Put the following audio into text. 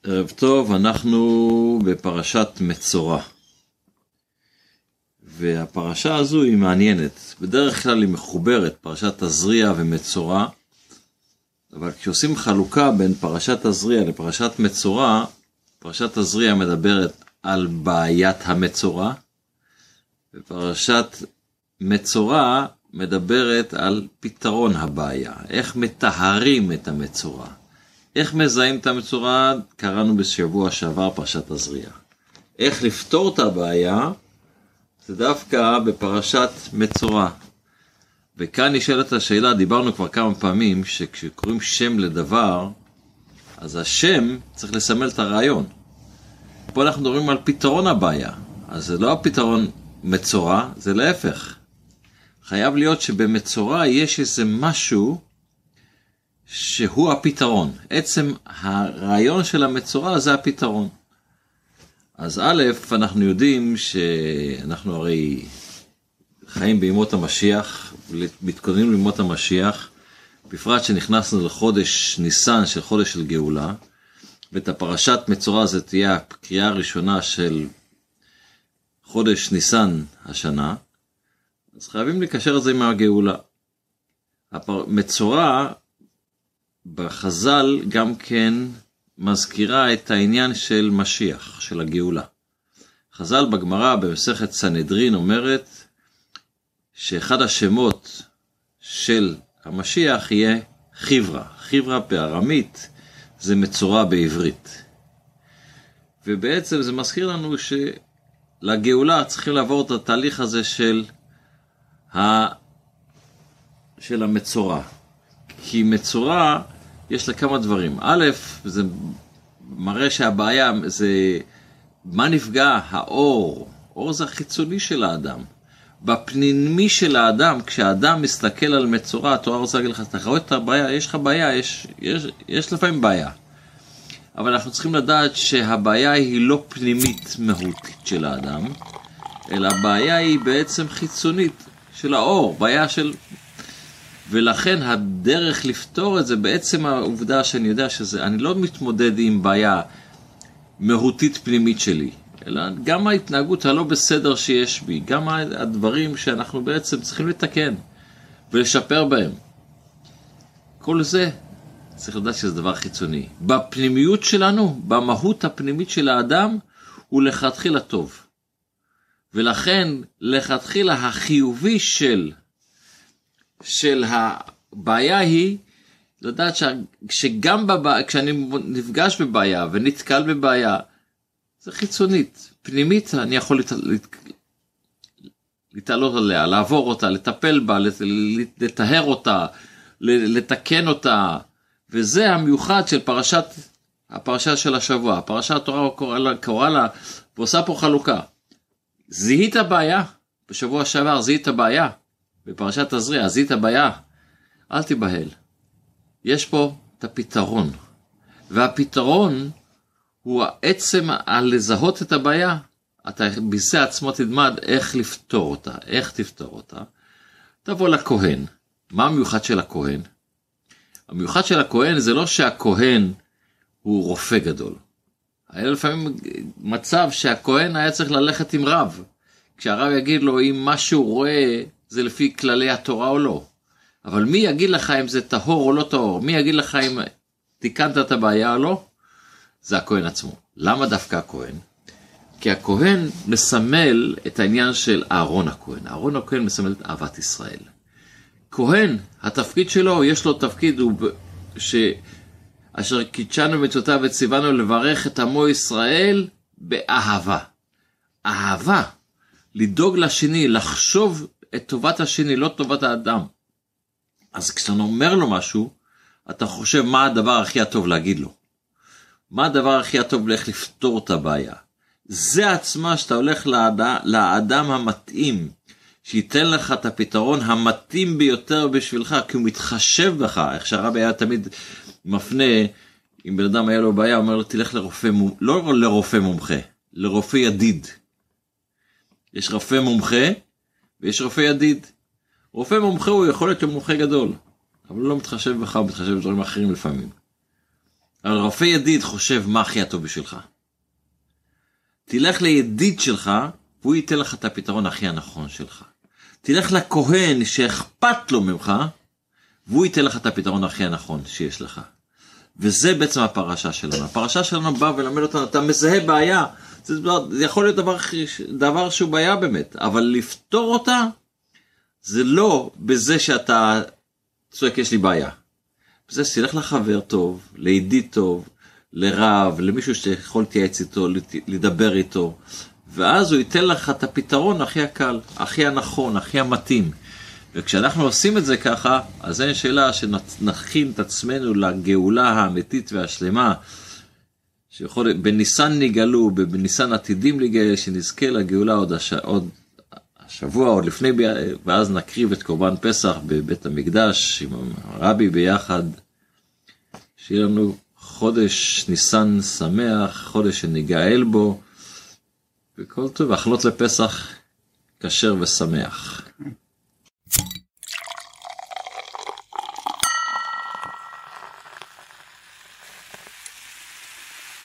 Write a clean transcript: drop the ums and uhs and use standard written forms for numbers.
ערב טוב, אנחנו בפרשת מצורע. והפרשה הזו היא מעניינת. בדרך כלל היא מחוברת, פרשת תזריע ומצורע. אבל כשעושים חלוקה בין פרשת תזריע לפרשת מצורע, פרשת תזריע מדברת על בעיית המצורע, ופרשת מצורע מדברת על פתרון הבעיה. איך מטהרים את המצורע. איך מזהים את המצורע, קראנו בשבוע שעבר פרשת תזריע. איך לפתור את הבעיה, זה דווקא בפרשת מצורע. וכאן נשאלת השאלה, דיברנו כבר כמה פעמים, שכשקוראים שם לדבר, אז השם צריך לסמל את הרעיון. פה אנחנו מדברים על פתרון הבעיה. אז זה לא הפתרון מצורע, זה להפך. חייב להיות שבמצורע יש איזה משהו שהוא הפתרון. עצם הרעיון של המצורע זה הפתרון. אז א', אנחנו יודעים שאנחנו הרי חיים בימות המשיח, מתכוננים לימות המשיח, בפרט שנכנסנו לחודש ניסן של חודש של גאולה, ואת הפרשת מצורע זה תהיה הקריאה הראשונה של חודש ניסן השנה, אז חייבים לקשר את זה עם הגאולה. מצורע בחז"ל גם כן מזכירה את העניין של משיח, של הגאולה. חז"ל בגמרא במסכת סנהדרין אומרת שאחד השמות של המשיח יהיה חיברה. חיברה בארמית זה מצורע בעברית. ובעצם זה מזכיר לנו שלגאולה צריכים לעבור את התהליך הזה של המצורע. כי מצורע יש לה כמה דברים. א', זה מראה שהבעיה זה מה נפגע? האור. אור זה החיצוני של האדם. בפנימי של האדם, כשהאדם מסתכל על מצורע, התורה רוצה להגיד לך, אתה רואה את הבעיה, יש לך בעיה, יש לפעמים בעיה. אבל אנחנו צריכים לדעת שהבעיה היא לא פנימית מהותית של האדם, אלא הבעיה היא בעצם חיצונית של האור, בעיה של... ולכן הדרך לפתור את זה בעצם העובדה שאני יודע שזה, אני לא מתמודד עם בעיה מהותית פנימית שלי, אלא גם ההתנהגות הלא בסדר שיש בי, גם הדברים שאנחנו בעצם צריכים לתקן ולשפר בהם. כל זה צריך לדעת שזה דבר חיצוני. בפנימיות שלנו, במהות הפנימית של האדם, הוא לכתחילה טוב. ולכן לכתחילה החיובי של הבעיה היא לדעת שגם כשאני נפגש בבעיה ונתקל בבעיה, זה חיצונית. פנימית אני יכול להתעלות עליה, לעבור אותה, לטפל בה, לטהר אותה, לתקן אותה. וזה המיוחד של הפרשה של השבוע. הפרשה התורה קורא לה, ועושה פה חלוקה. זיהית הבעיה, בשבוע שעבר זיהית הבעיה. בפרשת תזריע, זיהית הבעיה, אל תיבהל. יש פה את הפתרון. והפתרון הוא עצם על לזהות את הבעיה. אתה בזה עצמו תלמד איך לפתור אותה. איך תפתור אותה? תבוא לכהן. מה המיוחד של הכהן? המיוחד של הכהן זה לא שהכהן הוא רופא גדול. היה לפעמים מצב שהכהן היה צריך ללכת עם רב. כשהרב יגיד לו אם מה שהוא רואה זה לפי כללי התורה או לא. אבל מי יגיד לך אם זה טהור או לא טהור? מי יגיד לך אם תיקנת את הבעיה או לא? זה הכהן עצמו. למה דווקא הכהן? כי הכהן מסמל את העניין של אהרון הכהן. אהרון הכהן מסמל את אהבת ישראל. כהן, התפקיד שלו, יש לו תפקיד אשר קידשנו מצוותיו וציוונו לברך את עמו ישראל באהבה. אהבה, לדאוג לשני, לחשוב את טובת השני, לא טובת האדם. אז כשאתה אומר לו משהו, אתה חושב מה הדבר הכי הטוב להגיד לו. מה הדבר הכי הטוב איך לפתור את הבעיה. זה עצמה שאתה הולך לאדם המתאים, שייתן לך את הפתרון המתאים ביותר בשבילך, כי הוא מתחשב בך. איך שהרבי היה תמיד מפנה, אם בן אדם היה לו בעיה, אומר לו תלך לרופא, לא לרופא מומחה, לרופא ידיד. יש רופא מומחה, ויש רופא ידיד. רופא מומחה הוא יכול להיות מומחה גדול, אבל הוא לא מתחשב בך, הוא מתחשב בדברים אחרים לפעמים. הרופא ידיד חושב מה הכי הטוב בשבילך. תלך לידיד שלך, והוא ייתן לך את הפתרון הכי הנכון שלך. תלך לכהן שאכפת לו ממך, והוא ייתן לך את הפתרון הכי הנכון שיש לך. וזה בעצם הפרשה שלנו. הפרשה שלנו באה ולמד אותנו, אתה מזהה בעיה. זה יכול להיות דבר שהוא בעיה באמת, אבל לפתור אותה, זה לא בזה שאתה צועק יש לי בעיה. בזה שתלך לחבר טוב, לידיד טוב, לרב, למישהו שיכול להתייעץ איתו, לדבר איתו, ואז הוא ייתן לך את הפתרון הכי הקל, הכי הנכון, הכי המתאים. וכשאנחנו עושים את זה ככה, אז אין שאלה שנכין את עצמנו לגאולה האמיתית והשלמה, שיכול, בניסן נגאלו, בניסן עתידים לגאל, שנזכה לגאולה עוד השבוע, עוד לפני, ואז נקריב את קורבן פסח בבית המקדש, עם הרבי ביחד, שיהיה לנו חודש ניסן שמח, חודש שנגאל בו, וכל טוב, אכלות לפסח כשר ושמח.